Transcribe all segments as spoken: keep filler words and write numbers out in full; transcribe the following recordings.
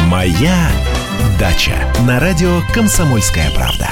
Моя дача на радио «Комсомольская правда».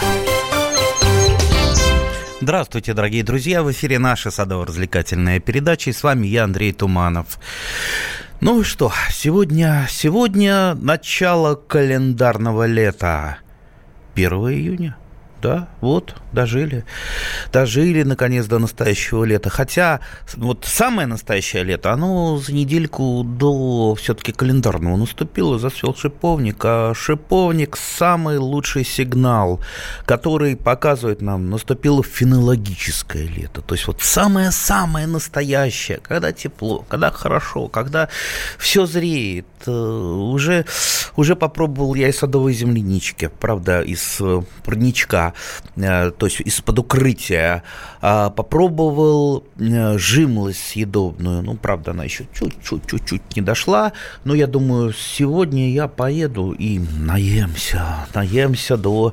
Здравствуйте, дорогие друзья! В эфире наша садово-развлекательная передача, и с вами я, Андрей Туманов. Ну и что, сегодня, сегодня начало календарного лета. первого июня. Да, вот, дожили. Дожили, наконец, до настоящего лета. Хотя, вот самое настоящее лето, оно за недельку до все-таки календарного наступило, зацвел шиповник. А шиповник – самый лучший сигнал, который показывает нам, наступило фенологическое лето. То есть, вот самое-самое настоящее, когда тепло, когда хорошо, когда все зреет. Уже, уже попробовал я и садовые землянички, правда, из парничка, то есть из-под укрытия. Попробовал жимолость съедобную. Ну, правда, она еще чуть-чуть не дошла. Но я думаю, сегодня я поеду и наемся, наемся до...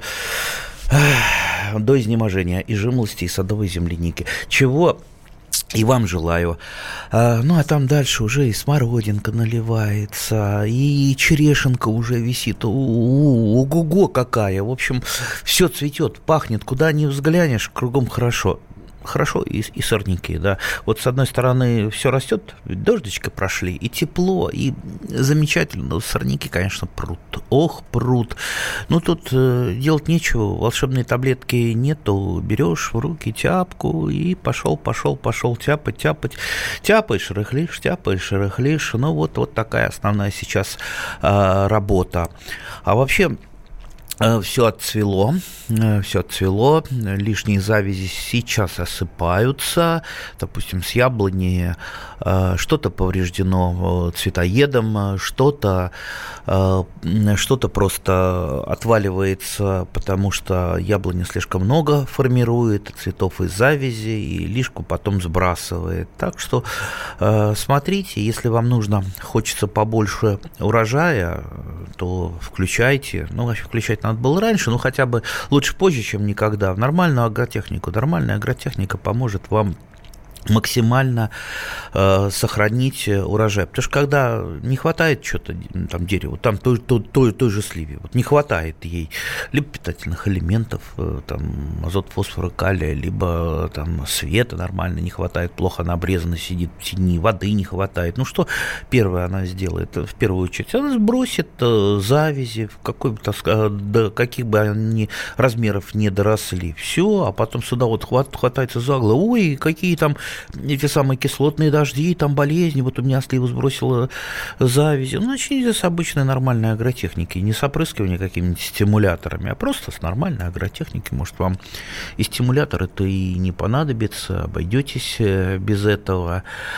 до изнеможения и жимолости, и садовой земляники. Чего и вам желаю. А, ну, а там дальше уже и смородинка наливается, и черешенка уже висит. Ого-го какая! В общем, все цветет, пахнет. Куда ни взглянешь, кругом хорошо. Хорошо, и, и сорняки, да. Вот с одной стороны все растет, дождички прошли, и тепло, и замечательно. Сорняки, конечно, прут. Ох, прут. Ну, тут э, делать нечего, волшебной таблетки нету. Берешь в руки тяпку и пошел, пошел, пошел тяпать, тяпать. Тяпаешь, рыхлишь, тяпаешь, рыхлишь. Ну, вот, вот такая основная сейчас э, работа. А вообще... Все отцвело, все отцвело, лишние завязи сейчас осыпаются, допустим, с яблони что-то повреждено цветоедом, что-то, что-то просто отваливается, потому что яблоня слишком много формирует цветов и завязи, и лишку потом сбрасывает. Так что смотрите, если вам нужно, хочется побольше урожая, то включайте, ну, вообще включать надо было раньше, но хотя бы лучше позже, чем никогда, в нормальную агротехнику. Нормальная агротехника поможет вам максимально э, сохранить урожай. Потому что когда не хватает что-то там дереву, там той, той, той, той же сливе, вот не хватает ей либо питательных элементов, э, там азот, фосфора, калия, либо там света нормально не хватает, плохо она обрезана сидит в тени, воды не хватает. Ну что первое она сделает? В первую очередь она сбросит э, завязи, в какой бы, так сказать, до каких бы они размеров не доросли. Все, а потом сюда вот хват, хватается за голову, ой, какие там эти самые кислотные дожди, там болезни, вот у меня слива сбросила завязи. Ну, начните с обычной нормальной агротехники, не с опрыскивания какими-нибудь стимуляторами, а просто с нормальной агротехники. Может, вам и стимуляторы-то и не понадобится, обойдетесь без этого.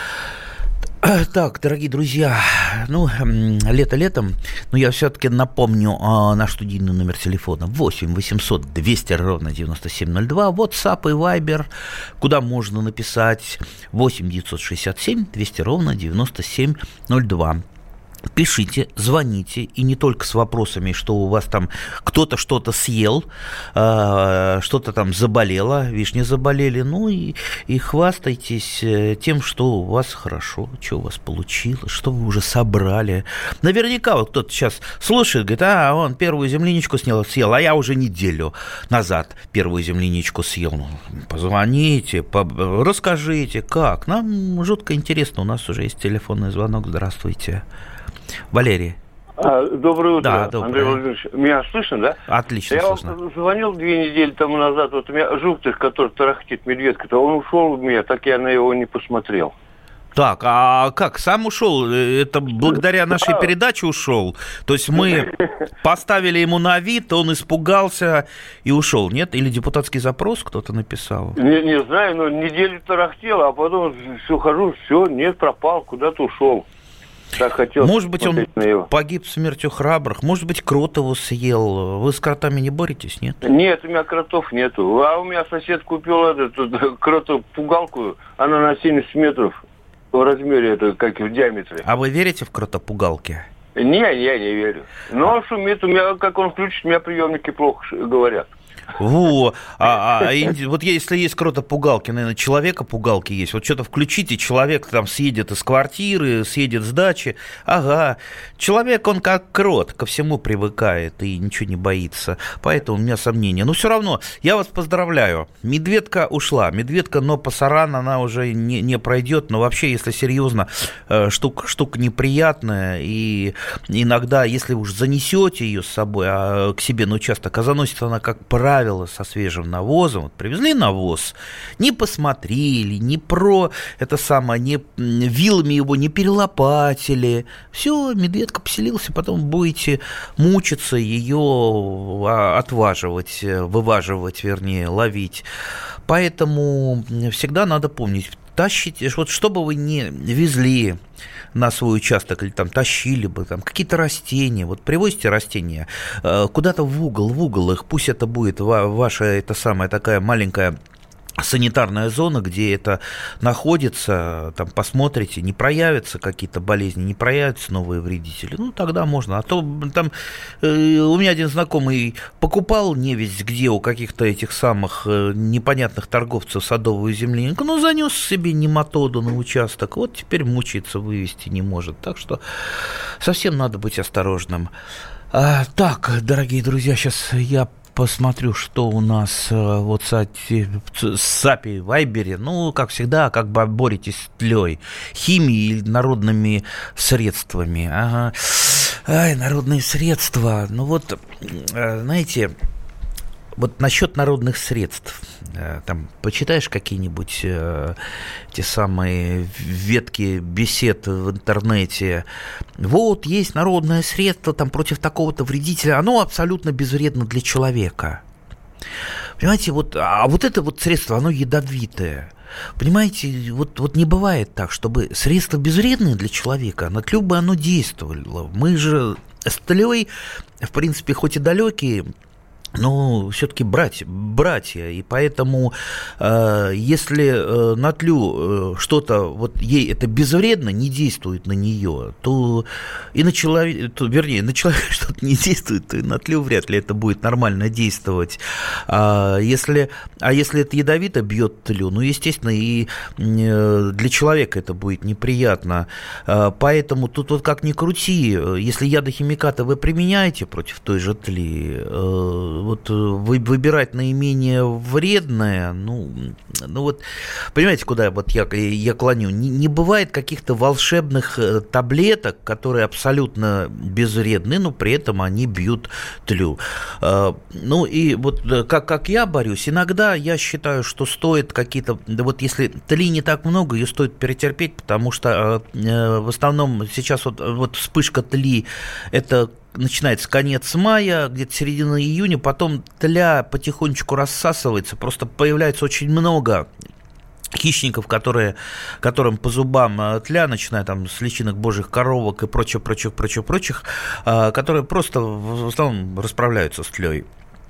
Так, дорогие друзья, ну, лето летом, но я все-таки напомню а, наш студийный номер телефона восемь восемьсот двести ровно девяносто семь ноль два, WhatsApp и Viber, куда можно написать восемь девятьсот шестьдесят семь двести ровно девяносто семь ноль два. Пишите, звоните, и не только с вопросами, что у вас там кто-то что-то съел, что-то там заболело, вишни заболели, ну и, и хвастайтесь тем, что у вас хорошо, что у вас получилось, что вы уже собрали. Наверняка вот кто-то сейчас слушает, говорит, а он первую земляничку съел, съел, а я уже неделю назад первую земляничку съел. Ну, позвоните, по- расскажите, как. Нам жутко интересно, у нас уже есть телефонный звонок, здравствуйте. Валерий. А, доброе утро, да, доброе. Андрей Владимирович. Меня слышно, да? Отлично я слышно. Я звонил две недели тому назад, вот у меня жуктых, который тарахтит, медведка-то, он ушел у меня, так я на его не посмотрел. Так, а как, сам ушел? Это благодаря нашей да. передаче ушел? То есть мы поставили ему на вид, он испугался и ушел, нет? Или депутатский запрос кто-то написал? Не, не знаю, но неделю тарахтел, а потом все хожу, все, нет, пропал, куда-то ушел. Так хотел. Может быть, он погиб смертью храбрых, может быть, крот его съел. Вы с кротами не боретесь, нет? Нет, у меня кротов нету. А у меня сосед купил эту кротопугалку, она на семьдесят метров в размере, это как в диаметре. А вы верите в кротопугалки? Не, я не верю. Но шумит, у меня, как он включит, у меня приемники плохо говорят. Во, а, а, а вот если есть кротопугалки, наверное, человека-пугалки есть. Вот что-то включите, человек там съедет из квартиры, съедет с дачи. Ага, человек, он как крот, ко всему привыкает и ничего не боится. Поэтому у меня сомнения. Но все равно, я вас поздравляю. Медведка ушла. Медведка, но пасаран, она уже не, не пройдет. Но вообще, если серьезно, штука, штука неприятная. И иногда, если уж занесете ее с собой а к себе на участок, а заносится она, как правило, со свежим навозом. Вот привезли навоз, не посмотрели, не про это самое, не вилами его не перелопатили. Все, медведка поселился, потом будете мучиться ее отваживать, вываживать, вернее, ловить. Поэтому всегда надо помнить, тащите, вот что бы вы ни везли на свой участок или там тащили бы там какие-то растения, вот привозите растения куда-то в угол, в угол их, пусть это будет ваша, это самая такая маленькая санитарная зона, где это находится, там посмотрите, не проявятся какие-то болезни, не проявятся новые вредители, ну тогда можно. А то там э, у меня один знакомый покупал невесть где у каких-то этих самых э, непонятных торговцев садовую землянику, ну занес себе нематоду на участок, вот теперь мучается, вывести не может. Так что совсем надо быть осторожным. А, так, дорогие друзья, сейчас я посмотрю, что у нас вот в САПе, Вайбере. Ну, как всегда, как бы боретесь с тлей, химией или народными средствами. Ага. Ай, народные средства. Ну вот, знаете, вот насчет народных средств. Там почитаешь какие-нибудь э, те самые ветки бесед в интернете. Вот есть народное средство там против такого-то вредителя. Оно абсолютно безвредно для человека. Понимаете, вот, а вот это вот средство, оно ядовитое. Понимаете, вот, вот не бывает так, чтобы средство безвредное для человека, на тлю бы оно действовало. Мы же с тлей, в принципе, хоть и далекие, но все-таки братья, братья, и поэтому, э, если э, на тлю э, что-то, вот ей это безвредно, не действует на нее, то и на человека, то, вернее, на человека что-то не действует, то и на тлю вряд ли это будет нормально действовать. А если, а если это ядовито бьет тлю, ну, естественно, и э, для человека это будет неприятно. А, поэтому тут вот как ни крути, если ядохимикаты вы применяете против той же тли, э, вот вы, выбирать наименее вредное, ну, ну вот, понимаете, куда вот я, я клоню? Не, не бывает каких-то волшебных таблеток, которые абсолютно безвредны, но при этом они бьют тлю. Ну и вот как, как я борюсь, иногда я считаю, что стоит какие-то, да вот если тли не так много, ее стоит перетерпеть, потому что в основном сейчас вот, вот вспышка тли, это начинается конец мая, где-то середина июня, потом тля потихонечку рассасывается, просто появляется очень много хищников, которые, которым по зубам тля, начиная там с личинок божьих коровок и прочих, прочих, прочих, прочих, которые просто в основном расправляются с тлей.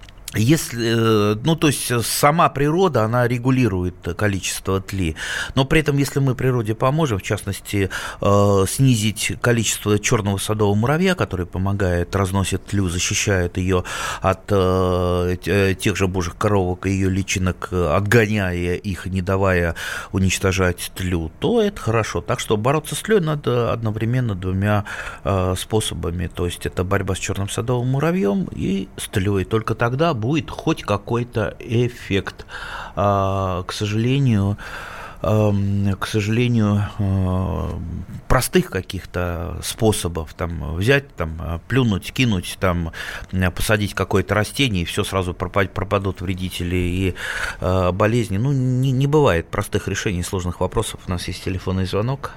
Если, ну, то есть сама природа, она регулирует количество тли, но при этом, если мы природе поможем, в частности, э, снизить количество черного садового муравья, который помогает, разносит тлю, защищает ее от э, тех же божьих коровок и ее личинок, отгоняя их, не давая уничтожать тлю, то это хорошо. Так что бороться с тлей надо одновременно двумя э, способами, то есть это борьба с черным садовым муравьем и с тлей. Только тогда будет хоть какой-то эффект. К сожалению, к сожалению, простых каких-то способов, там, взять, там, плюнуть, кинуть, там, посадить какое-то растение, и все сразу пропадут вредители и болезни. Ну, не, не бывает простых решений сложных вопросов. У нас есть телефонный звонок.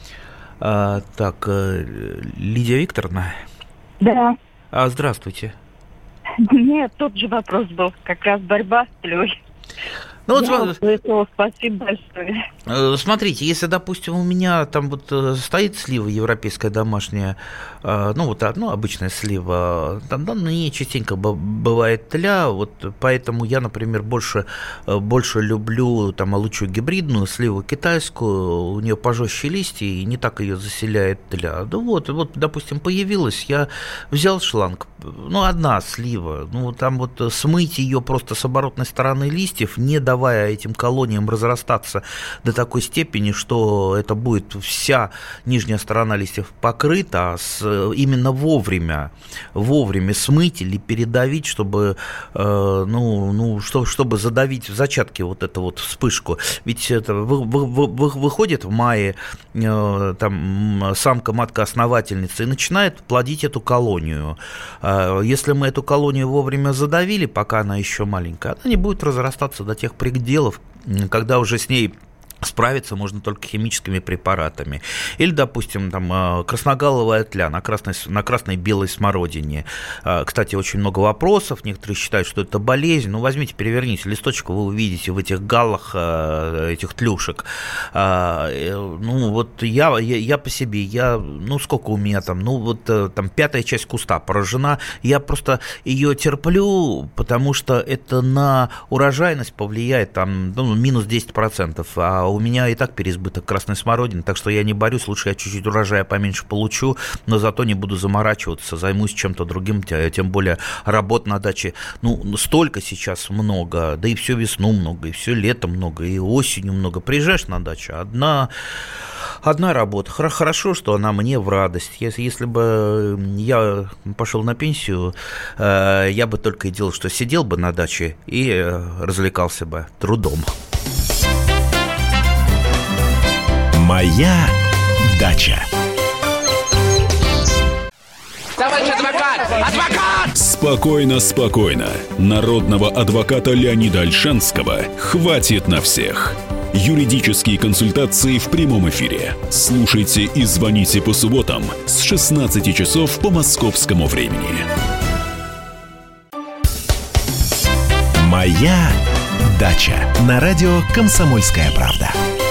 Так, Лидия Викторовна? Да. Здравствуйте. Нет, тот же вопрос был, как раз борьба с тлей. Ну, вот, да, смешно, спасибо большое. Смотрите, если, допустим, у меня там вот стоит слива европейская домашняя, ну, вот ну, обычная слива, там да, на ней частенько бывает тля, вот поэтому я, например, больше, больше люблю там лучшую гибридную сливу китайскую, у нее пожестче листья и не так ее заселяет тля. Ну, вот, вот, допустим, появилась, я взял шланг, ну, одна слива, ну, там вот смыть ее просто с оборотной стороны листьев, не давая этим колониям разрастаться до такой степени, что это будет вся нижняя сторона листьев покрыта, а с, именно вовремя, вовремя смыть или передавить, чтобы, э, ну, ну, что, чтобы задавить в зачатке вот эту вот вспышку. Ведь это вы, вы, вы, выходит в мае э, там самка-матка-основательница и начинает плодить эту колонию. Э, если мы эту колонию вовремя задавили, пока она еще маленькая, она не будет разрастаться до тех пределов, когда уже с ней справиться можно только химическими препаратами. Или, допустим, там, красногаловая тля на красной, на красной белой смородине. Кстати, очень много вопросов. Некоторые считают, что это болезнь. Ну, возьмите, переверните листочек, вы увидите в этих галлах этих тлюшек. Ну, вот я, я, я по себе, я, ну, сколько у меня там, ну, вот там пятая часть куста поражена. Я просто ее терплю, потому что это на урожайность повлияет там, ну, минус десять процентов, а у меня и так переизбыток красной смородины, так что я не борюсь, лучше я чуть-чуть урожая поменьше получу, но зато не буду заморачиваться, займусь чем-то другим, тем более работ на даче, ну, столько сейчас много, да и всю весну много, и все лето много, и осенью много. Приезжаешь на дачу, одна... Одна работа. Хорошо, что она мне в радость. Если, если бы я пошел на пенсию, я бы только и делал, что сидел бы на даче и развлекался бы трудом. Моя дача. Товарищ адвокат! Адвокат! Спокойно, спокойно. Народного адвоката Леонида Ольшанского хватит на всех. Юридические консультации в прямом эфире. Слушайте и звоните по субботам с шестнадцати часов по московскому времени. Моя дача. На радио «Комсомольская правда».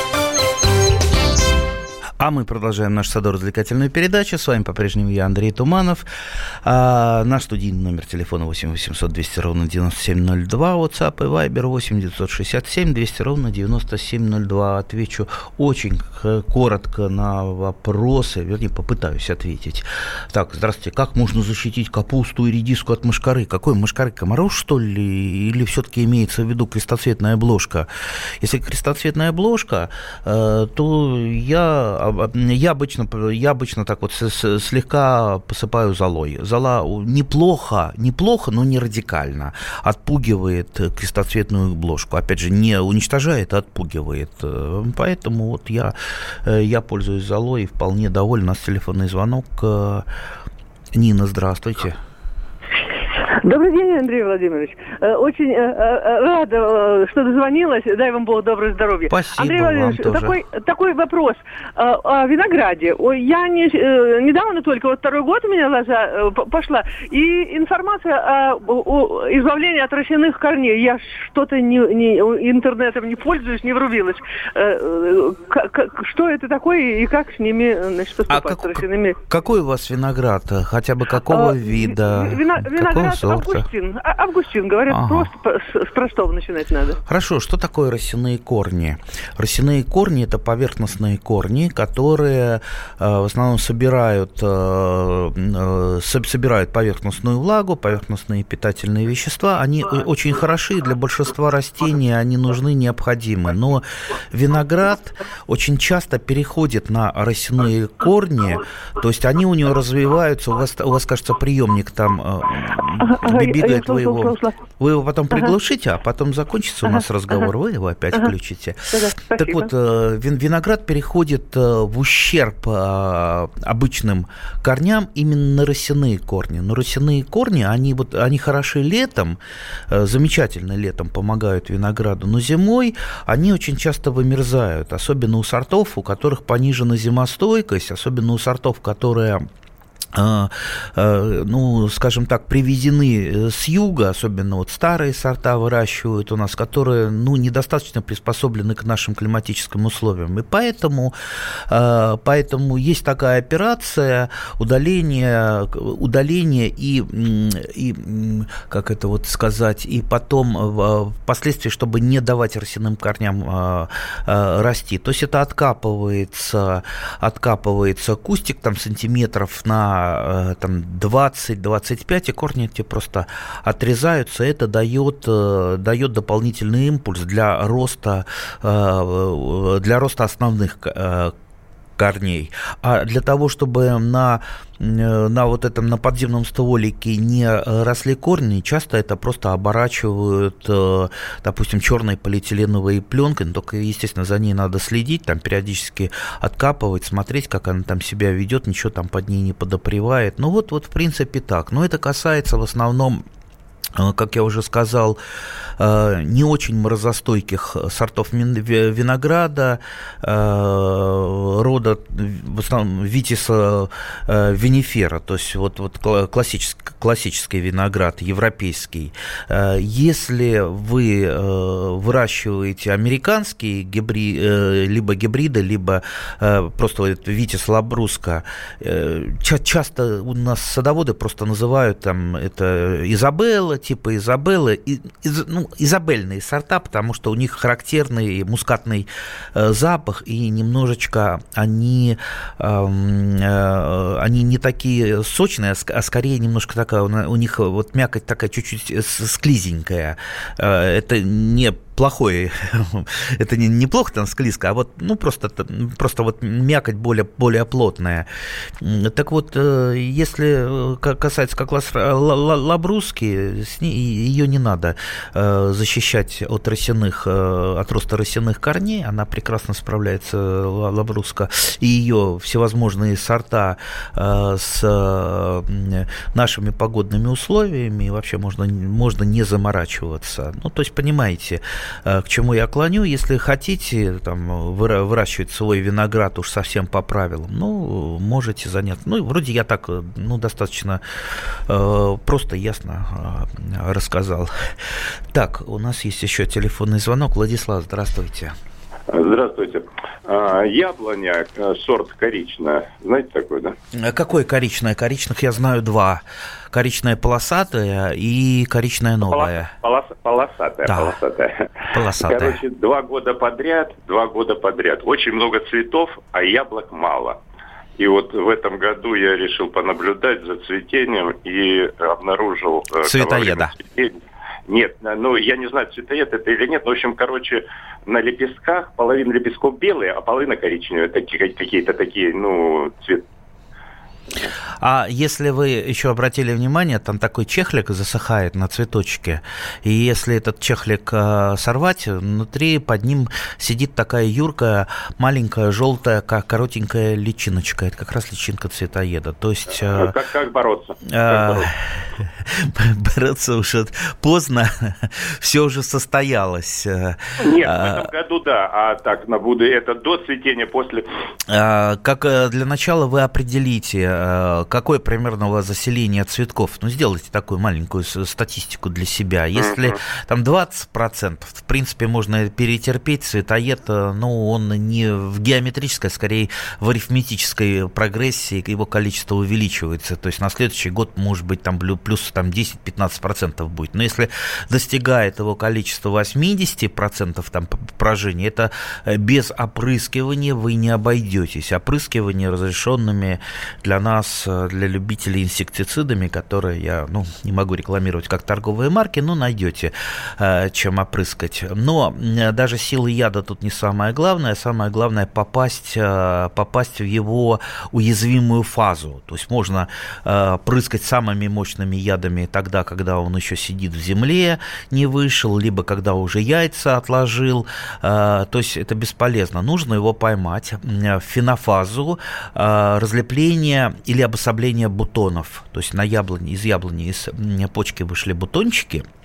А мы продолжаем нашу садово-развлекательную передачу. С вами по-прежнему я, Андрей Туманов. А, наш студийный номер телефона восемь восемьсот двести ровно девяносто семь ноль два. WhatsApp и Viber восемь девятьсот шестьдесят семь двести ровно девяносто семь ноль два. Отвечу очень коротко на вопросы, вернее, попытаюсь ответить. Так, здравствуйте. Как можно защитить капусту и редиску от мошкары? Какой мошкары? Комаров, что ли? Или все-таки имеется в виду крестоцветная обложка? Если крестоцветная обложка, то я... Я обычно, я обычно так вот слегка посыпаю золой. Зола неплохо, неплохо, но не радикально отпугивает крестоцветную обложку. Опять же, не уничтожает, а отпугивает. Поэтому вот я, я пользуюсь золой и вполне доволен. У нас телефонный звонок. Нина, здравствуйте. Добрый день, Андрей Владимирович. Очень рада, что дозвонилась. Дай вам Бог доброе здоровье. Спасибо. Андрей Владимирович, вам такой, такой вопрос о винограде. Я не, недавно только, вот второй год у меня лоза пошла, и информация о, о избавлении от росяных корней. Я что-то не, не, интернетом не пользуюсь, не врубилась. Что это такое и как с ними, значит, поступать, а как, с росяными? Какой у вас виноград? Хотя бы какого а, вида? Вина, виноград Августин. Августин, говорят, ага. Просто с, с простого начинать надо. Хорошо, что такое росяные корни? Росяные корни – это поверхностные корни, которые э, в основном собирают, э, э, собирают поверхностную влагу, поверхностные питательные вещества. Они очень хороши для большинства растений, они нужны, необходимы. Но виноград очень часто переходит на росяные корни, то есть они у него развиваются, у вас, у вас кажется, приемник там э, бегает, вы его, вы его потом приглушите, а потом закончится у нас разговор, вы его опять включите. Так вот, виноград переходит в ущерб обычным корням именно на росяные корни. Но росяные корни, они, вот, они хороши летом, замечательно летом помогают винограду, но зимой они очень часто вымерзают, особенно у сортов, у которых понижена зимостойкость, особенно у сортов, которые ну, скажем так, привезены с юга, особенно вот старые сорта выращивают у нас, которые, ну, недостаточно приспособлены к нашим климатическим условиям. И поэтому, поэтому есть такая операция удаления, удаления и, и, как это вот сказать, и потом впоследствии, чтобы не давать росяным корням расти. То есть это откапывается, откапывается кустик там сантиметров на там двадцать-двадцать пять, и корни эти просто отрезаются. Это дает, дает дополнительный импульс для роста, для роста основных корней. А для того, чтобы на, на вот этом, на подземном стволике не росли корни, часто это просто оборачивают, допустим, черной полиэтиленовой пленкой, но только, естественно, за ней надо следить, там периодически откапывать, смотреть, как она там себя ведет, ничего там под ней не подопревает. Ну вот, вот в принципе так. Но это касается в основном, как я уже сказал, не очень морозостойких сортов винограда, рода в основном витиса винифера, то есть вот, вот классический, классический виноград, европейский. Если вы выращиваете американские гибри, либо гибриды, либо просто витис лабруска, часто у нас садоводы просто называют там это Изабелла, типа Изабеллы, из, ну, изабельные сорта, потому что у них характерный мускатный э, запах, и немножечко они, э, э, они не такие сочные, а скорее немножко такая, у них вот мякоть такая чуть-чуть склизенькая. Э, это не плохое, это не, неплохо там склизко, а вот, ну, просто, просто вот мякоть более, более плотная. Так вот, если касается как раз лабруски, ее не надо защищать от росяных, от роста росяных корней, она прекрасно справляется, лабруска, и ее всевозможные сорта с нашими погодными условиями, и вообще можно, можно не заморачиваться. Ну, то есть, понимаете, к чему я клоню. Если хотите там, выращивать свой виноград уж совсем по правилам, ну, можете заняться. Ну, вроде я так, ну, достаточно э, просто, ясно э, рассказал. Так, у нас есть еще телефонный звонок. Владислав, здравствуйте. Здравствуйте. Яблоня, сорт коричная. Знаете такой, да? Какое коричное? Коричных я знаю два. Коричная полосатая и коричная новая. Полос, полосатая, да. полосатая. Полосатая. Короче, два года подряд, два года подряд. Очень много цветов, а яблок мало. И вот в этом году я решил понаблюдать за цветением и обнаружил... Цветоеда. Нет, ну, я не знаю, цветоед это или нет, но, в общем, короче, на лепестках половина лепестков белые, а половина коричневые, такие, какие-то такие, ну, цвет. А если вы еще обратили внимание, там такой чехлик засыхает на цветочке, и если этот чехлик э, сорвать, внутри под ним сидит такая юркая, маленькая, желтая, как коротенькая личиночка. Это как раз личинка цветоеда. То есть... Э, как, как бороться? Э, как бороться? Бороться уже поздно, все уже состоялось. Нет, в этом году да, а так, на буду это до цветения, после... Как для начала вы определите, какое примерно у вас заселение цветков. Ну, сделайте такую маленькую статистику для себя. Если uh-huh. там двадцать процентов, в принципе, можно перетерпеть. Цветоед, ну, он не в геометрической, а скорее в арифметической прогрессии, его количество увеличивается. То есть на следующий год, может быть, там плюс там, десять-пятнадцать процентов будет. Но если достигает его количество восемьдесят процентов там, поражения, это без опрыскивания вы не обойдетесь. Опрыскивание разрешенными для нас, для любителей инсектицидами, которые я ну, не могу рекламировать как торговые марки, но найдете, чем опрыскать. Но даже сила яда тут не самое главное. Самое главное попасть, попасть в его уязвимую фазу. То есть можно прыскать самыми мощными ядами тогда, когда он еще сидит в земле, не вышел, либо когда уже яйца отложил. То есть это бесполезно. Нужно его поймать в фенофазу разлепления или обособления бутонов. То есть на яблоне, из яблони, из почки вышли бутончики.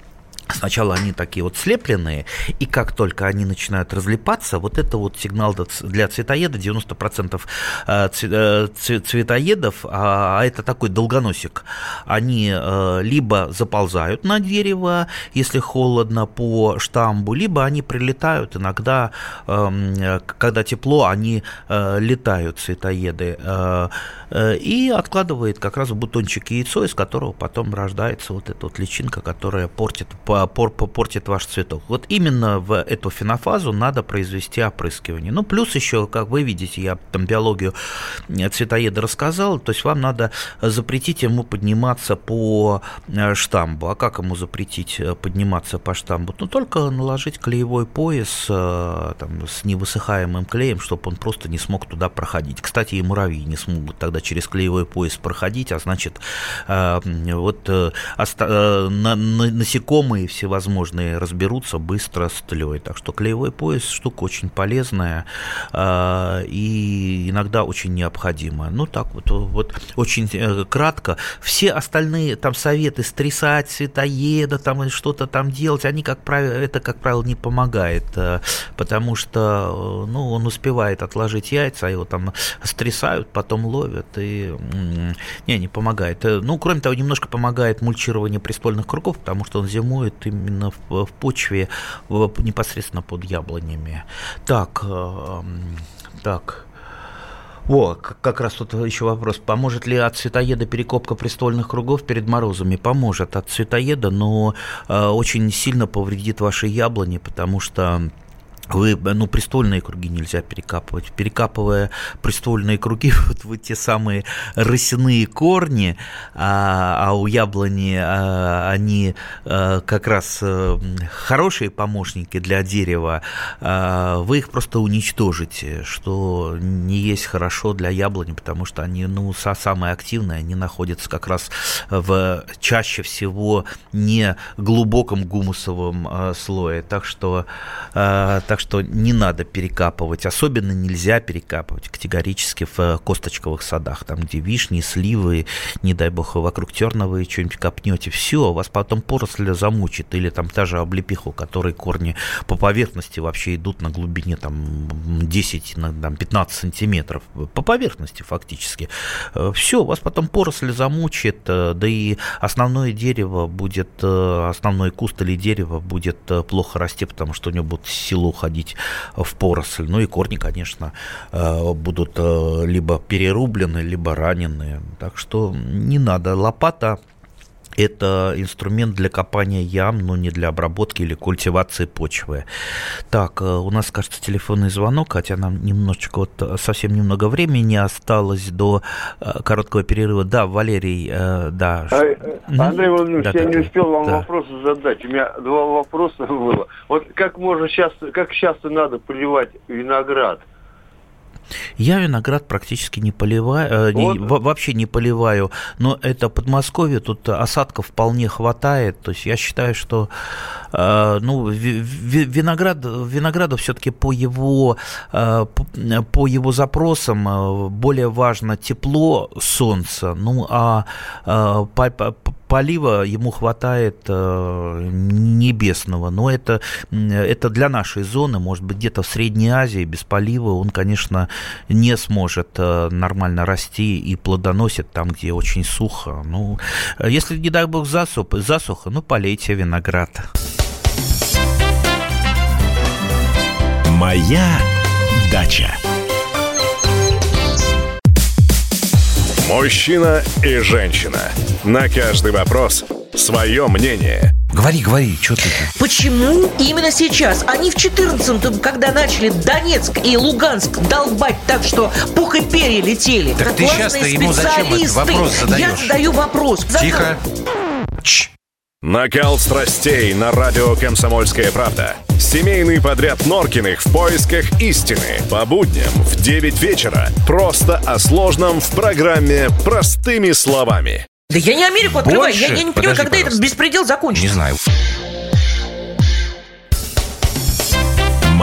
Сначала они такие вот слепленные, и как только они начинают разлипаться, вот это вот сигнал для цветоеда. Девяносто процентов цветоедов, а это такой долгоносик, они либо заползают на дерево, если холодно, по штамбу, либо они прилетают иногда, когда тепло, они летают, цветоеды, и откладывает как раз в бутончик яйцо, из которого потом рождается вот эта вот личинка, которая портит портит ваш цветок. Вот именно в эту фенофазу надо произвести опрыскивание. Ну, плюс еще, как вы видите, я там биологию цветоеда рассказал, то есть вам надо запретить ему подниматься по штамбу. А как ему запретить подниматься по штамбу? Ну, только наложить клеевой пояс там, с невысыхаемым клеем, чтобы он просто не смог туда проходить. Кстати, и муравьи не смогут тогда через клеевой пояс проходить, а значит, вот насекомые всевозможные разберутся быстро с тлей. Так что клеевой пояс штука очень полезная э, и иногда очень необходимая. Ну так вот, вот очень э, кратко. Все остальные там советы стрясать цветоеда, там что-то там делать, они, как правило, это, как правило, не помогает, э, потому что э, ну, он успевает отложить яйца, его там стрясают, потом ловят, и э, не, не помогает. Ну, кроме того, немножко помогает мульчирование приствольных кругов, потому что он зимует именно в, в почве, в, непосредственно под яблонями. Так, э, так. О, как раз тут еще вопрос. Поможет ли от цветоеда перекопка приствольных кругов перед морозами? Поможет от цветоеда, но э, очень сильно повредит ваши яблони, потому что Вы, ну, приствольные круги нельзя перекапывать. Перекапывая приствольные круги, вот, вот те самые росяные корни, а, а у яблони а, они а, как раз а, хорошие помощники для дерева, а, вы их просто уничтожите, что не есть хорошо для яблони, потому что они, ну, самые активные, они находятся как раз в чаще всего не глубоком гумусовом а, слое. Так что, а, так что не надо перекапывать, особенно нельзя перекапывать категорически в косточковых садах, там, где вишни, сливы, не дай бог, вокруг терновые что-нибудь копнете, все, вас потом поросль замучит, или там та же облепиха, у которой корни по поверхности вообще идут на глубине там десять-пятнадцать сантиметров, по поверхности фактически, все, вас потом поросль замучит, да и основное дерево будет, основной куст или дерево будет плохо расти, потому что у него будет сила уходить в поросль. Ну и корни, конечно, будут либо перерублены, либо ранены. Так что не надо. Лопата – это инструмент для копания ям, но не для обработки или культивации почвы. Так, у нас, кажется, телефонный звонок, хотя нам немножечко, вот совсем немного времени осталось до короткого перерыва. Да, Валерий, да. Андрей Владимирович, да, я да, не успел вам да. вопросы задать. У меня два вопроса было. Вот как можно часто, как часто надо поливать виноград? Я виноград практически не поливаю, вот. не, вообще не поливаю, но это Подмосковье, тут осадков вполне хватает, то есть я считаю, что ну, виноград, винограду все-таки по его, по его запросам более важно тепло, солнце, ну а полива ему хватает небесного, но это, это для нашей зоны, может быть, где-то в Средней Азии без полива он, конечно, не сможет нормально расти и плодоносит там, где очень сухо. Ну, если, не дай бог, засуха, засуха, ну, полейте виноград. Моя дача. Мужчина и женщина. На каждый вопрос свое мнение. Говори, говори, что ты? Почему именно сейчас? Они в четырнадцатом, когда начали Донецк и Луганск долбать так, что пух и перья летели. Так ты сейчас-то ему зачем этот вопрос задаешь? Я задаю вопрос. Тихо. Чш. Накал страстей на радио «Комсомольская правда». Семейный подряд Норкиных в поисках истины. По будням в девять вечера. Просто о сложном в программе «Простыми словами». Да я не Америку открываю. Больше? Я, я не понимаю, когда пожалуйста. Этот беспредел закончится. Не знаю.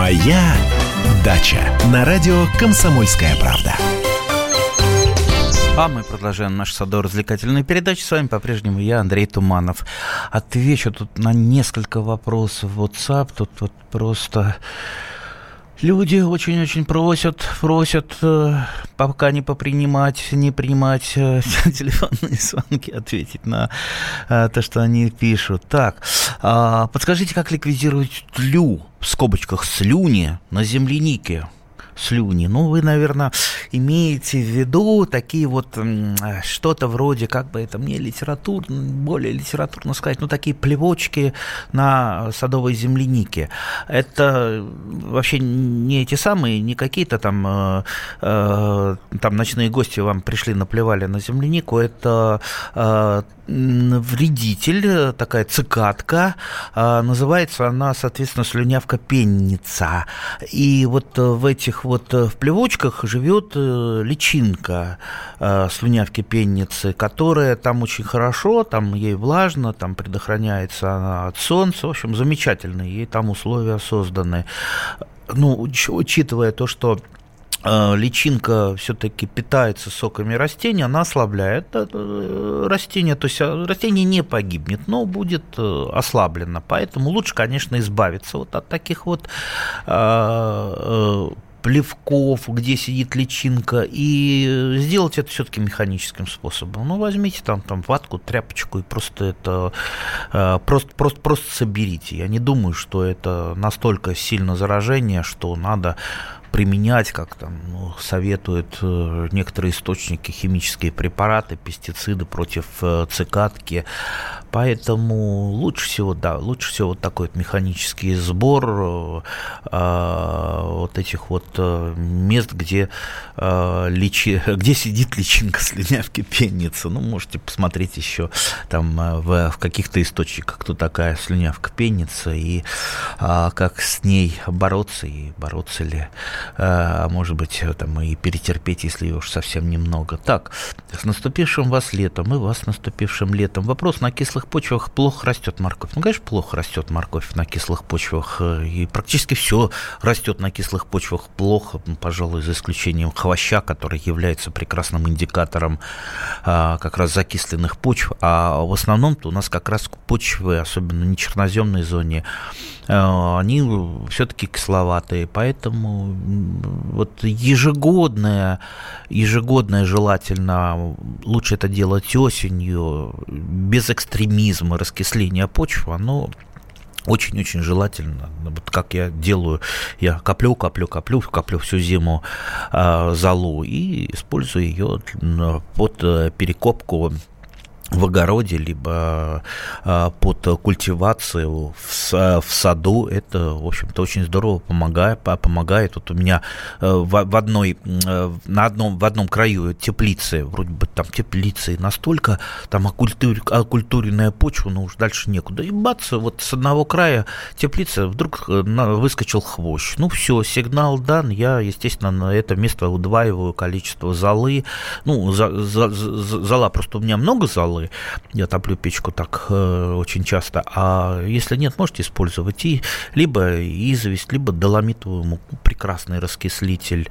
Моя дача. На радио «Комсомольская правда». А мы продолжаем нашу садово-развлекательную передачу. С вами по-прежнему я, Андрей Туманов. Отвечу тут на несколько вопросов в WhatsApp. Тут вот просто люди очень-очень просят, просят пока не попринимать, не принимать телефонные звонки, ответить на то, что они пишут. Так, подскажите, как ликвидировать тлю, в скобочках слюни, на землянике? Слюни. Ну, вы, наверное, имеете в виду такие вот что-то вроде, как бы это мне литературно, более литературно сказать, ну, такие плевочки на садовой землянике. Это вообще не эти самые, не какие-то там, э, э, там ночные гости вам пришли, наплевали на землянику. Это э, вредитель, такая цикадка. Э, называется она, соответственно, слюнявка-пенница. И вот в этих вот в плевочках живет личинка э, слюнявки-пенницы, которая там очень хорошо, там ей влажно, там предохраняется она от солнца. В общем, замечательные ей там условия созданы. Ну, уч- учитывая то, что личинка все-таки питается соками растения, она ослабляет растение, то есть растение не погибнет, но будет ослаблено. Поэтому лучше, конечно, избавиться вот от таких вот плевков, где сидит личинка, и сделать это все-таки механическим способом. Ну, возьмите там, там ватку, тряпочку и просто это просто, просто, просто соберите. Я не думаю, что это настолько сильно заражение, что надо применять, как там ну, советуют э, некоторые источники, химические препараты, пестициды против э, цикадки. Поэтому лучше всего, да, лучше всего вот такой вот механический сбор э, э, вот этих вот э, мест, где, э, личи, где сидит личинка слюнявки-пенницы. Ну, можете посмотреть еще там э, в, в каких-то источниках, кто такая слюнявка-пенница и э, как с ней бороться и бороться ли. А может быть, там и перетерпеть, если уж совсем немного. Так, с наступившим вас летом, и вас с наступившим летом. Вопрос: на кислых почвах плохо растет морковь? Ну, конечно, плохо растет морковь на кислых почвах, и практически все растет на кислых почвах плохо, пожалуй, за исключением хвоща, который является прекрасным индикатором а, как раз закисленных почв, а в основном-то у нас как раз почвы, особенно не черноземной зоне, а, они все-таки кисловатые, поэтому вот ежегодное, ежегодное желательно, лучше это делать осенью, без экстремизма, раскисления почвы, оно очень-очень желательно. Вот как я делаю, я коплю, коплю, коплю, коплю всю зиму э, золу и использую ее под перекопку в огороде, либо а, под культивацию в, в саду. Это, в общем-то, очень здорово помогает. помогает. Вот у меня в, в, одной, на одном, в одном краю теплицы, вроде бы там теплицы настолько там окультур, окультуренная почва, но уж дальше некуда. И бац, вот с одного края теплицы вдруг выскочил хвощ. Ну все, сигнал дан. Я, естественно, на это место удваиваю количество золы. Ну, за, за, за, зола, просто у меня много золы. Я топлю печку так э, очень часто. А если нет, можете использовать и либо известь, либо доломитовую муку, прекрасный раскислитель.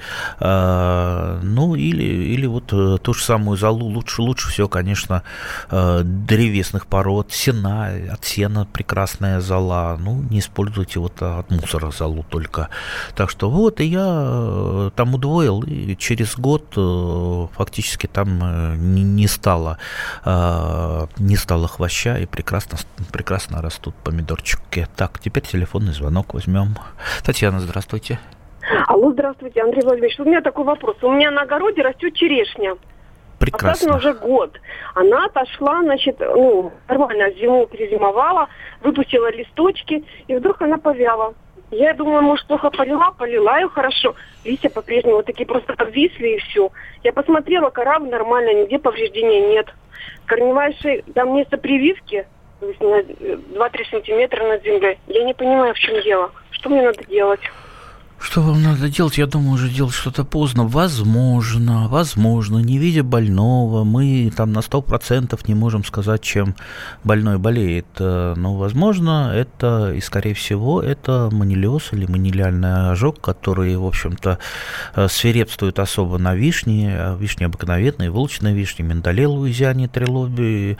Э, ну, или, или вот э, ту же самую золу. Лучше, лучше всего, конечно, э, древесных пород, сена, от сена прекрасная зола. Ну, не используйте вот от мусора золу только. Так что вот, и я э, там удвоил, и через год э, фактически там э, не, не стало э, не стало хвоща, и прекрасно, прекрасно растут помидорчики. Так, теперь телефонный звонок возьмем. Татьяна, здравствуйте. Алло, здравствуйте, Андрей Владимирович. У меня такой вопрос. У меня на огороде растет черешня. Прекрасно. Посажена уже год. Она отошла, значит, ну, нормально зиму перезимовала, выпустила листочки, и вдруг она повяла. Я думаю, может, плохо полила, полила ее хорошо. Листья по-прежнему вот такие просто обвисли, и все. Я посмотрела, кора нормально, нигде повреждений нет. Корневая шея, там место прививки, то есть на два-три сантиметра над землей. Я не понимаю, в чем дело. Что мне надо делать? Что вам надо делать? Я думаю, уже делать что-то поздно. Возможно, возможно, не видя больного, мы там на сто процентов не можем сказать, чем больной болеет. Но, возможно, это, и скорее всего, это манилиоз или манилиальный ожог, который, в общем-то, свирепствует особо на вишне, вишне обыкновенной, волчной вишне, миндале, луизиане, трилобии,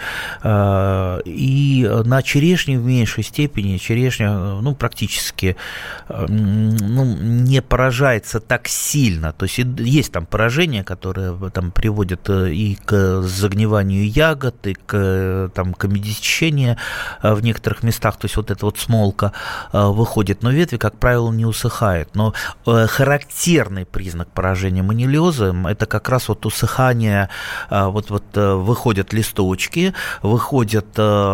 и на черешне в меньшей степени. Черешня, ну, практически, ну, не поражается так сильно. То есть есть там поражения, которые там приводят и к загниванию ягод, и к, там, к омедичению в некоторых местах. То есть вот эта вот смолка выходит, но ветви, как правило, не усыхают. Но характерный признак поражения манилиоза – это как раз вот усыхание, вот, вот выходят листочки, выходят,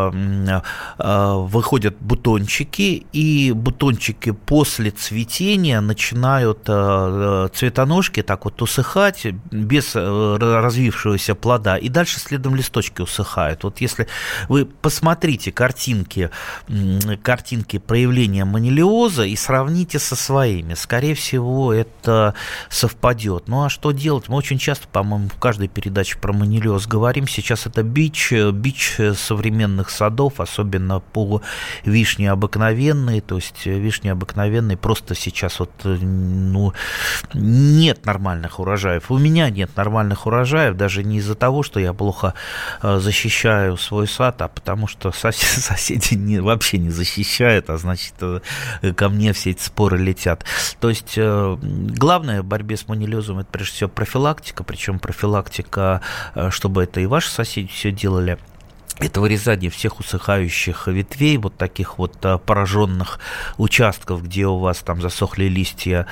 выходят бутончики, и бутончики после цветения начинают э, цветоножки так вот усыхать без э, развившегося плода, и дальше следом листочки усыхают. Вот если вы посмотрите картинки, э, картинки проявления манилиоза и сравните со своими, скорее всего, это совпадет. Ну а что делать? Мы очень часто, по-моему, в каждой передаче про манилиоз говорим. Сейчас это бич, бич современных садов, особенно по вишне обыкновенной, то есть вишне обыкновенной просто сейчас вот, ну, нет нормальных урожаев. У меня нет нормальных урожаев, даже не из-за того, что я плохо защищаю свой сад, а потому что соседи, соседи не, вообще не защищают, а значит, ко мне все эти споры летят. То есть главное в борьбе с манилиозом — это прежде всего профилактика, причем профилактика, чтобы это и ваши соседи все делали. Это вырезание всех усыхающих ветвей, вот таких вот пораженных участков, где у вас там засохли листья,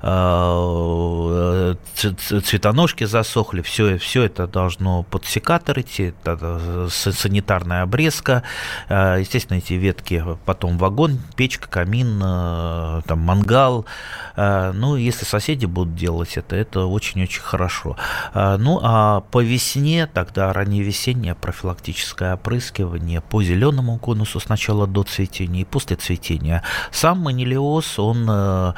цветоножки засохли, все, все это должно под секатор идти, это санитарная обрезка. Естественно, эти ветки потом в огонь, печка, камин, там, мангал. Ну, если соседи будут делать это, это очень-очень хорошо. Ну, а по весне, тогда ранневесенняя профилактическая опрыскивание по зеленому конусу сначала до цветения и после цветения. Сам манилиоз, он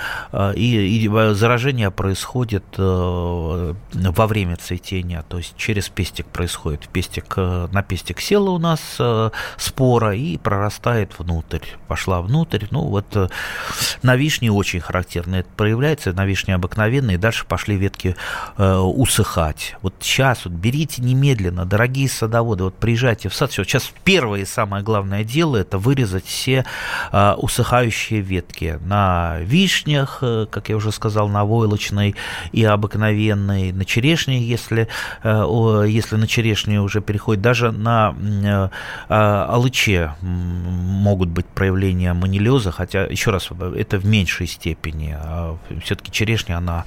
и, и заражение происходит во время цветения, то есть через пестик происходит. Пестик, на пестик села у нас спора и прорастает внутрь, пошла внутрь. Ну вот на вишне очень характерно это проявляется, на вишне обыкновенной, и дальше пошли ветки усыхать. Вот сейчас вот берите немедленно, дорогие садоводы, вот приезжайте в сад. Все, сейчас первое и самое главное дело — это вырезать все а, усыхающие ветки на вишнях, как я уже сказал, на войлочной и обыкновенной, на черешне, если, а, если на черешне уже переходит, даже на а, алыче могут быть проявления манилиоза, хотя, еще раз, это в меньшей степени. А все-таки черешня, она,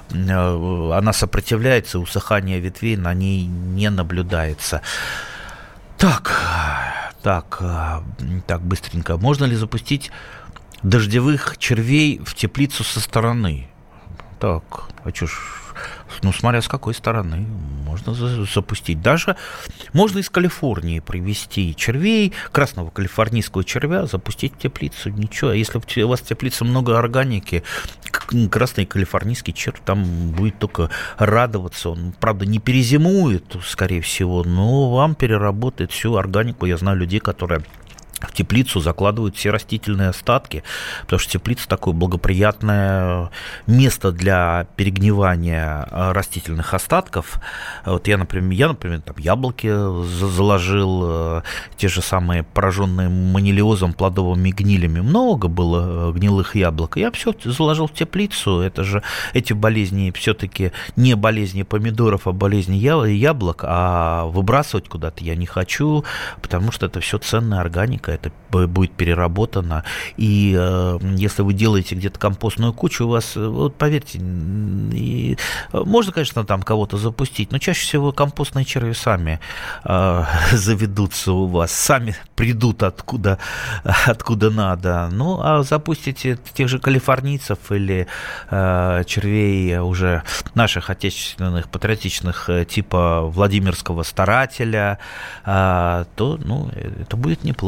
она сопротивляется, усыхание ветвей на ней не наблюдается. Так, так, так, быстренько. Можно ли запустить дождевых червей в теплицу со стороны? Так, а что ж, ну, смотря с какой стороны, можно запустить. Даже можно из Калифорнии привезти червей, красного калифорнийского червя, запустить в теплицу. Ничего, если у вас в теплице много органики, красный калифорнийский червь там будет только радоваться. Он, правда, не перезимует, скорее всего, но вам переработает всю органику. Я знаю людей, которые в теплицу закладывают все растительные остатки, потому что теплица такое благоприятное место для перегнивания растительных остатков. Вот я, например, я, например, там яблоки заложил, те же самые пораженные манилиозом плодовыми гнилями. Много было гнилых яблок. Я все заложил в теплицу. Это же эти болезни все-таки не болезни помидоров, а болезни яблок, а выбрасывать куда-то я не хочу, потому что это все ценная органика. Это будет переработано. И э, если вы делаете где-то компостную кучу, у вас, вот поверьте, и, можно, конечно, там кого-то запустить, но чаще всего компостные черви сами э, заведутся у вас, сами придут откуда, откуда надо. Ну, а запустите тех же калифорнийцев или э, червей уже наших отечественных, патриотичных, типа Владимирского старателя, э, то, ну, это будет неплохо. Так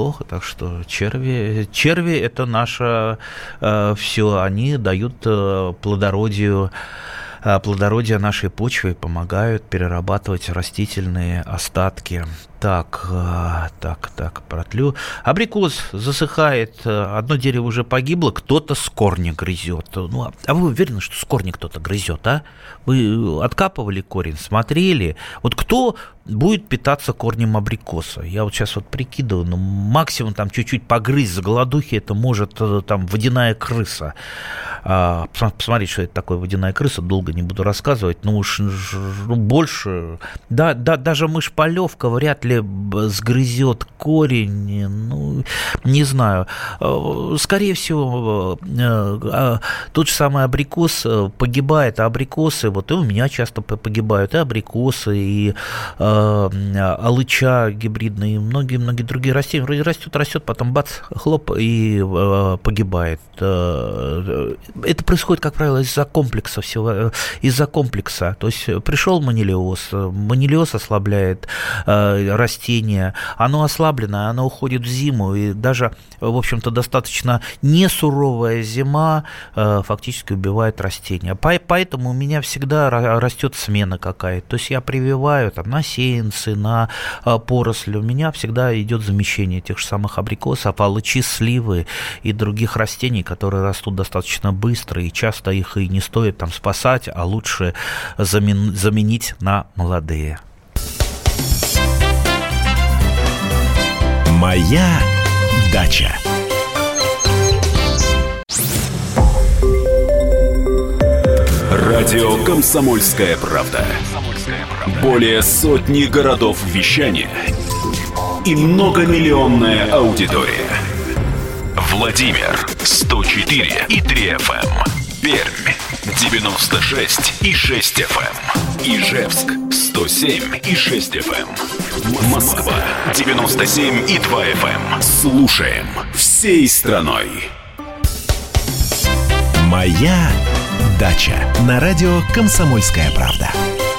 что черви, черви это наше э, все, они дают э, плодородию, э, плодородие нашей почвы и помогают перерабатывать растительные остатки. Так, так, так, протлю. Абрикос засыхает, одно дерево уже погибло, кто-то с корня грызет. Ну, а вы уверены, что с корня кто-то грызет, а? Вы откапывали корень, смотрели? Вот кто будет питаться корнем абрикоса? Я вот сейчас вот прикидываю, ну, максимум там чуть-чуть погрызть с голодухи, это может там водяная крыса. А, посмотрите, что это такое водяная крыса, долго не буду рассказывать, но уж ну, больше, да, да, даже мышь-полевка вряд ли сгрызет корень, ну, не знаю. Скорее всего, тот же самый абрикос погибает, а абрикосы, вот и у меня часто погибают, и абрикосы, и алыча гибридные, и многие-многие другие растения. Вроде растет, растет, потом бац, хлоп, и погибает. Это происходит, как правило, из-за комплекса всего, из-за комплекса. То есть пришел манилиоз, манилиоз ослабляет растение, оно ослаблено, оно уходит в зиму, и даже, в общем-то, достаточно несуровая зима фактически убивает растения. Поэтому у меня всегда растет смена какая-то. То есть я прививаю там, на сеянцы, на поросли. У меня всегда идет замещение тех же самых абрикосов, алычи, сливы и других растений, которые растут достаточно быстро, и часто их и не стоит там спасать, а лучше замен- заменить на молодые. Моя дача. Радио «Комсомольская правда». Более сотни городов вещания и многомиллионная аудитория. Владимир сто четыре и три эф эм, Пермь девяносто шесть и шесть эф эм, Ижевск сто семь и шесть эф эм, Москва девяносто семь и два эф эм. Слушаем всей страной. Моя дача на радио «Комсомольская правда».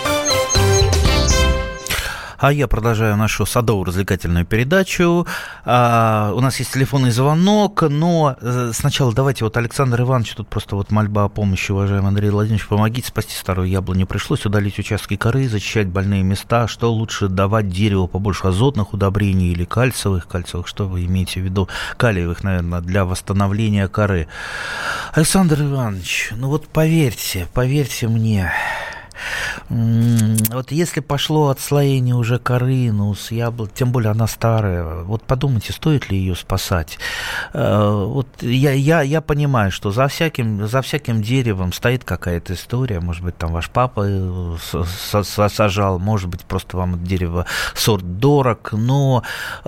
А я продолжаю нашу садово-развлекательную передачу. А, у нас есть телефонный звонок, но сначала давайте вот Александр Иванович, тут просто вот мольба о помощи, уважаемый Андрей Владимирович, помогите спасти старую яблоню. Пришлось удалить участки коры, зачищать больные места. Что лучше, давать дереву побольше азотных удобрений или кальциевых? Кальциевых, что вы имеете в виду? Калиевых, наверное, для восстановления коры. Александр Иванович, ну вот поверьте, поверьте мне... Вот если пошло отслоение уже коры, ну, с яблок, тем более она старая, вот подумайте, стоит ли ее спасать. Вот я, я, я понимаю, что за всяким, за всяким деревом стоит какая-то история, может быть, там ваш папа сажал, может быть, просто вам это дерево сорт дорог, но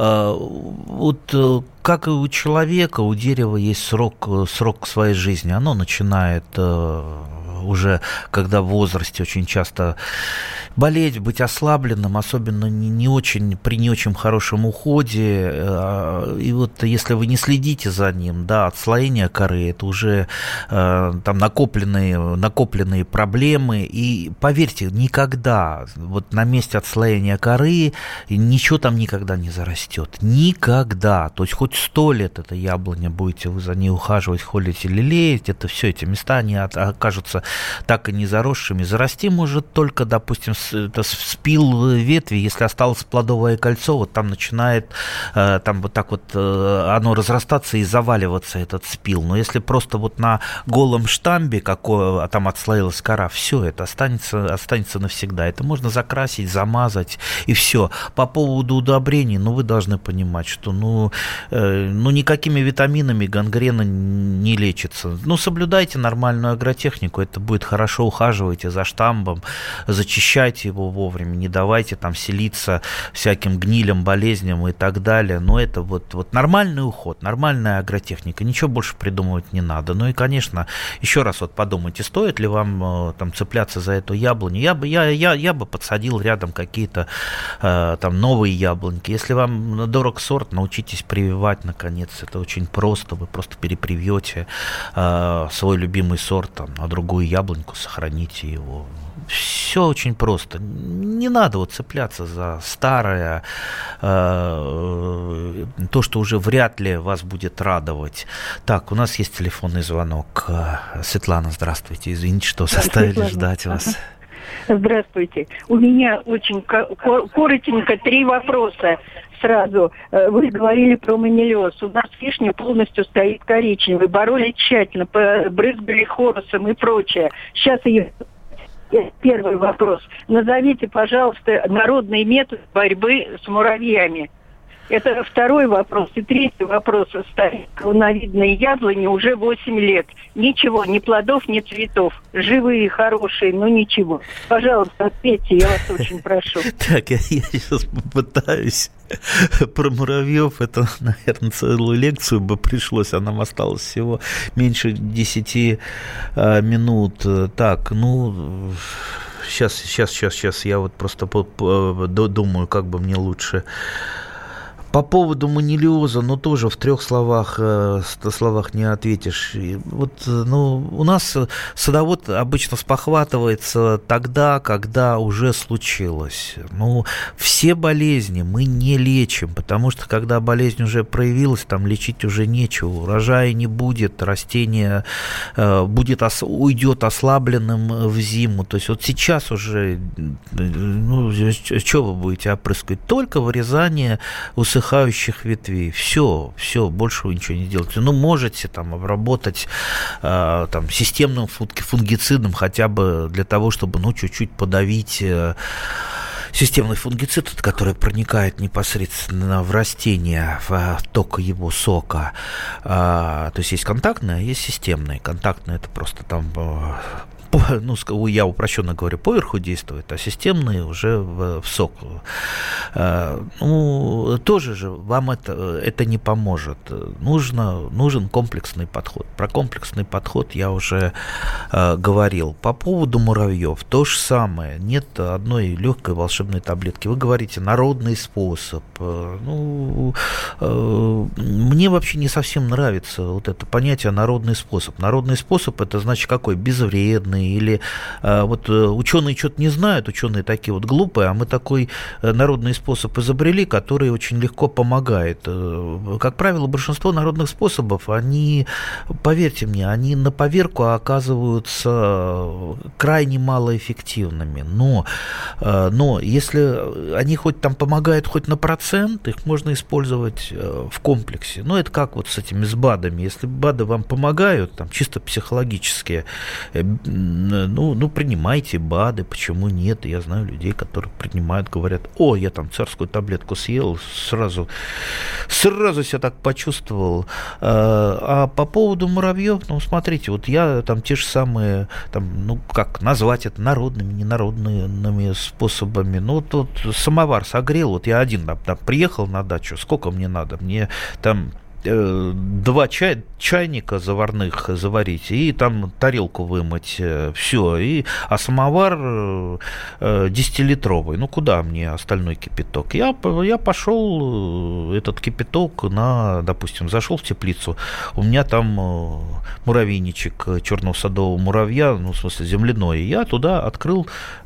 вот как и у человека, у дерева есть срок, срок своей жизни, оно начинает... уже когда в возрасте очень часто болеть, быть ослабленным, особенно не, не очень, при не очень хорошем уходе. И вот если вы не следите за ним, да, отслоение коры, это уже э, там накопленные, накопленные проблемы. И поверьте, никогда вот на месте отслоения коры ничего там никогда не зарастет. Никогда. То есть хоть сто лет эта яблоня будете вы за ней ухаживать, холить или лелеять, это все, эти места, они окажутся так и не заросшими. Зарасти может только, допустим, это спил ветви, если осталось плодовое кольцо, вот там начинает э, там вот так вот э, оно разрастаться и заваливаться, этот спил. Но если просто вот на голом штамбе, какое, а там отслоилась кора, все это останется, останется навсегда. Это можно закрасить, замазать и все. По поводу удобрений, ну вы должны понимать, что ну, э, ну никакими витаминами гангрена не лечится. Ну соблюдайте нормальную агротехнику, это будет хорошо, ухаживайте за штамбом, зачищайте его вовремя, не давайте там селиться всяким гнилям, болезням и так далее. Но это вот, вот нормальный уход, нормальная агротехника, ничего больше придумывать не надо. Ну и, конечно, еще раз вот подумайте, стоит ли вам там цепляться за эту яблоню. Я бы, я, я, я бы подсадил рядом какие-то э, там новые яблоньки. Если вам дорог сорт, научитесь прививать, наконец. Это очень просто, вы просто перепривьете э, свой любимый сорт там, на другую яблоньку, сохраните его. все очень просто. Не надо вот цепляться за старое, э, то, что уже вряд ли вас будет радовать. Так, у нас есть телефонный звонок. Светлана, здравствуйте. Извините, что заставили Светлана. ждать вас. Здравствуйте. У меня очень коротенько три вопроса сразу. Вы говорили про манилиоз. У нас вишня полностью стоит коричневой. Бороли тщательно, брызгали хорусом и прочее. Сейчас ее... Первый вопрос. Назовите, пожалуйста, народный метод борьбы с муравьями. Это второй вопрос. И третий вопрос. Стоит клоновидные яблони уже восемь лет. Ничего, ни плодов, ни цветов. Живые, хорошие, но ничего. Пожалуйста, ответьте, я вас очень прошу. Так, я, я сейчас попытаюсь. Про муравьев это, наверное, целую лекцию бы пришлось, а нам осталось всего меньше десяти а, минут. Так, ну... Сейчас, сейчас, сейчас, сейчас. Я вот просто по, по, думаю, как бы мне лучше... По поводу манилиоза, ну, тоже в трех словах, э, словах не ответишь. И вот, ну, у нас садовод обычно спохватывается тогда, когда уже случилось. Ну, все болезни мы не лечим, потому что, когда болезнь уже проявилась, там лечить уже нечего. Урожая не будет, растение э, будет ос- уйдет ослабленным в зиму. То есть вот сейчас уже, ну, что вы будете опрыскивать? Только вырезание усыхания ветвей. Все, все, больше вы ничего не делаете. Ну, можете там обработать э, там, системным фунгицидом хотя бы для того, чтобы, ну, чуть-чуть подавить э, системный фунгицид, который проникает непосредственно в растение, в ток его сока. Э, то есть есть контактный, а есть системный. Контактный — это просто там... Э, ну, я упрощенно говорю, поверху действует, а системные уже в, в сок. Ну, тоже же вам это, это не поможет. Нужно, нужен комплексный подход. Про комплексный подход я уже э, говорил. По поводу муравьев то же самое. Нет одной легкой волшебной таблетки. Вы говорите, народный способ. Ну, э, мне вообще не совсем нравится вот это понятие народный способ. Народный способ — это значит какой? Безвредный. Или э, вот ученые что-то не знают, ученые такие вот глупые, а мы такой народный способ изобрели, который очень легко помогает. Как правило, большинство народных способов, они, поверьте мне, они на поверку оказываются крайне малоэффективными. Но, но если они хоть там помогают хоть на процент, их можно использовать в комплексе. Ну, это как вот с этими с БАДами. Если БАДы вам помогают, там, чисто психологически, Ну, ну, принимайте БАДы, почему нет? Я знаю людей, которые принимают, говорят, о, я там царскую таблетку съел, сразу, сразу себя так почувствовал. А по поводу муравьев, ну, смотрите, вот я там те же самые, там, ну, как назвать это, народными, ненародными способами. Ну, тут самовар согрел, вот я один там, там приехал на дачу, сколько мне надо? Мне там... два чай, чайника заварных заварить и там тарелку вымыть, все, и, а самовар десятилитровый, ну куда мне остальной кипяток? Я, я пошел этот кипяток на, допустим, зашел в теплицу, у меня там муравейничек черного садового муравья, ну в смысле земляной, я туда открыл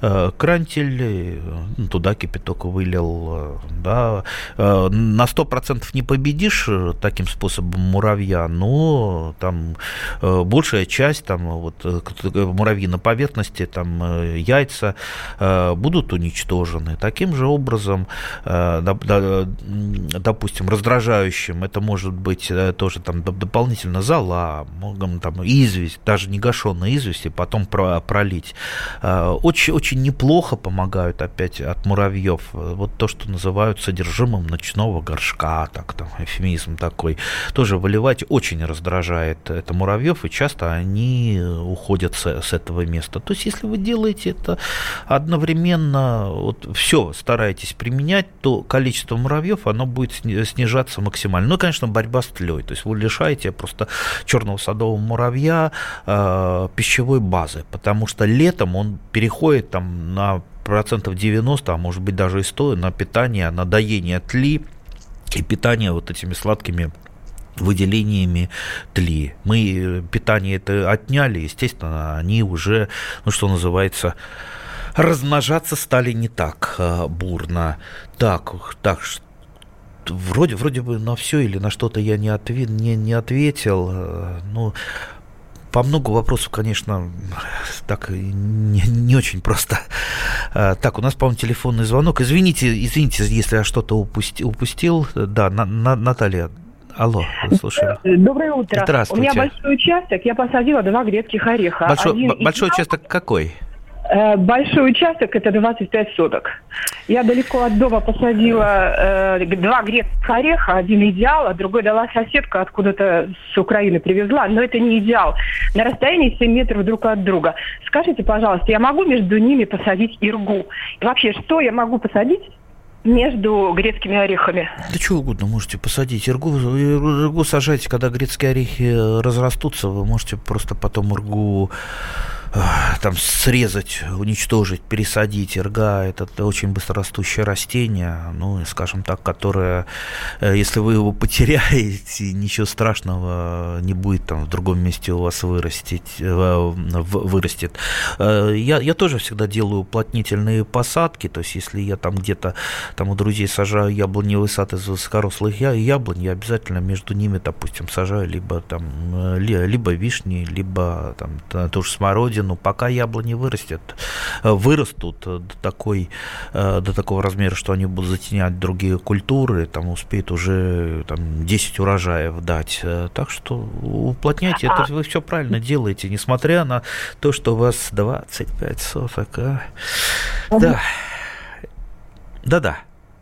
крантель, туда кипяток вылил, да, на сто процентов не победишь таким способом муравья, но там э, большая часть, там вот муравьи на поверхности, там э, яйца э, будут уничтожены. Таким же образом, э, доп, до, допустим, раздражающим это может быть э, тоже там дополнительно зола, могом, там известь, даже не гашеная известь, и потом про, пролить. Э, очень, очень неплохо помогают опять от муравьев вот то, что называют содержимым ночного горшка, так там эвфемизм такой. Тоже выливать очень раздражает это муравьев, и часто они уходят с, с этого места. То есть, если вы делаете это одновременно, вот все стараетесь применять, то количество муравьев, оно будет снижаться максимально. Ну, конечно, борьба с тлей. То есть, вы лишаете просто черного садового муравья э, пищевой базы, потому что летом он переходит там на процентов девяносто, а может быть даже и сто, на питание, на доение тли и питание вот этими сладкими выделениями тли. Мы питание это отняли, естественно, они уже, ну, что называется, размножаться стали не так бурно. Так, так, вроде, вроде бы на все или на что-то я не, отве- не, не ответил. Ну, по много вопросов, конечно, так не, не очень просто. Так, у нас, по-моему, телефонный звонок. Извините, извините, если я что-то упустил. упустил. Да, на, на, Наталья. Алло, слушаем. Доброе утро. Здравствуйте. У меня большой участок, я посадила два грецких ореха. Большой, Один большой идеал, участок какой? Большой участок, это двадцать пять соток. Я далеко от дома посадила э, два грецких ореха, один идеал, а другой дала соседка, откуда-то с Украины привезла, но это не идеал. На расстоянии семь метров друг от друга. Скажите, пожалуйста, я могу между ними посадить иргу? И вообще, что я могу посадить между грецкими орехами? Да что угодно можете посадить. Иргу, иргу сажайте, когда грецкие орехи разрастутся, вы можете просто потом иргу там срезать, уничтожить, пересадить. Ирга – это очень быстрорастущее растение, ну, скажем так, которое, если вы его потеряете, ничего страшного не будет там в другом месте у вас вырастить, вырастет. Я, я тоже всегда делаю уплотнительные посадки, то есть если я там где-то там у друзей сажаю яблоневый сад из высокорослых яблонь, я обязательно между ними, допустим, сажаю либо там либо вишни, либо там ту же смородину. Пока яблони вырастет, вырастут до, такой, до такого размера, что они будут затенять другие культуры, там успеют уже там, десять урожаев дать. Так что уплотняйте, это вы все правильно делаете, несмотря на то, что у вас двадцать пять соток. А? Да. Да-да.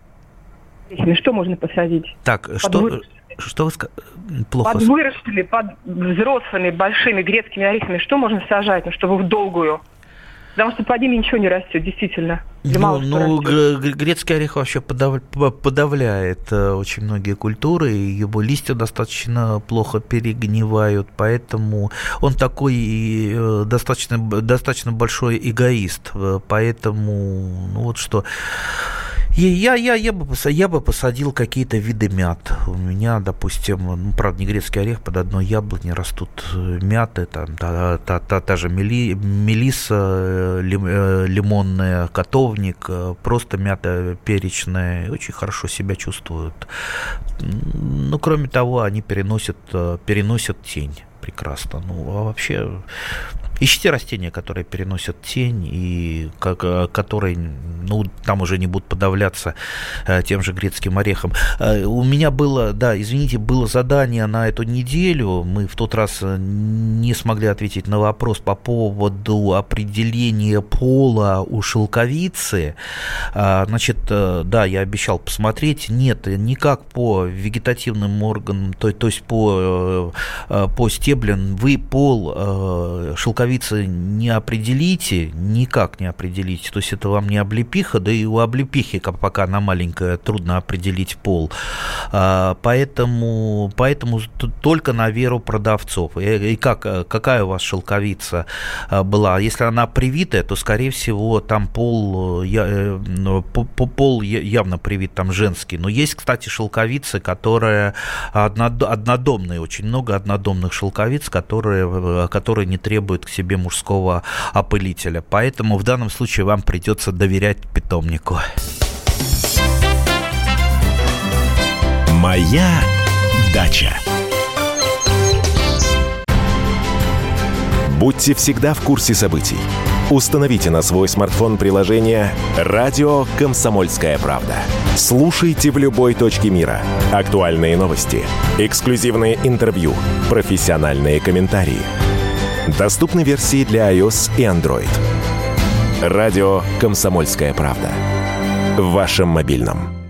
Что можно посадить? Так, под что... Вы... Что вы сказали? Плохо. Под выросшими, под взрослыми большими грецкими орехами что можно сажать, ну, чтобы в долгую? Потому что под ними ничего не растет, действительно. Ну, ну грецкий орех вообще подав... подавляет очень многие культуры, и его листья достаточно плохо перегнивают, поэтому он такой достаточно, достаточно большой эгоист, поэтому, ну вот что... Я, я, я, бы, я бы посадил какие-то виды мят. У меня, допустим, ну, правда, не грецкий орех, под одной яблоней растут мяты, там, та, та, та, та же мели, мелисса лимонная, котовник, просто мята перечная, очень хорошо себя чувствуют. Ну, кроме того, они переносят, переносят тень прекрасно. Ну, а вообще... Ищите растения, которые переносят тень и как, которые, ну, там уже не будут подавляться э, тем же грецким орехом. Э, у меня было, да, извините, было задание на эту неделю. Мы в тот раз не смогли ответить на вопрос по поводу определения пола у шелковицы. Э, значит, э, да, я обещал посмотреть. Нет, никак по вегетативным органам, то, то есть по, э, по стеблям вы пол э, шелковицы не определите, никак не определите, то есть это вам не облепиха, да и у облепихи, пока она маленькая, трудно определить пол, поэтому, поэтому только на веру продавцов. И как, какая у вас шелковица была? Если она привитая, то, скорее всего, там пол, пол явно привит, там женский, но есть, кстати, шелковицы, которые однодомные, очень много однодомных шелковиц, которые, которые не требуют к себе мужского опылителя. Поэтому в данном случае вам придется доверять питомнику. Моя дача. Будьте всегда в курсе событий. Установите на свой смартфон приложение «Радио Комсомольская правда». Слушайте в любой точке мира. Актуальные новости, эксклюзивные интервью, профессиональные комментарии. Доступны версии для iOS и Android. Радио «Комсомольская правда». В вашем мобильном.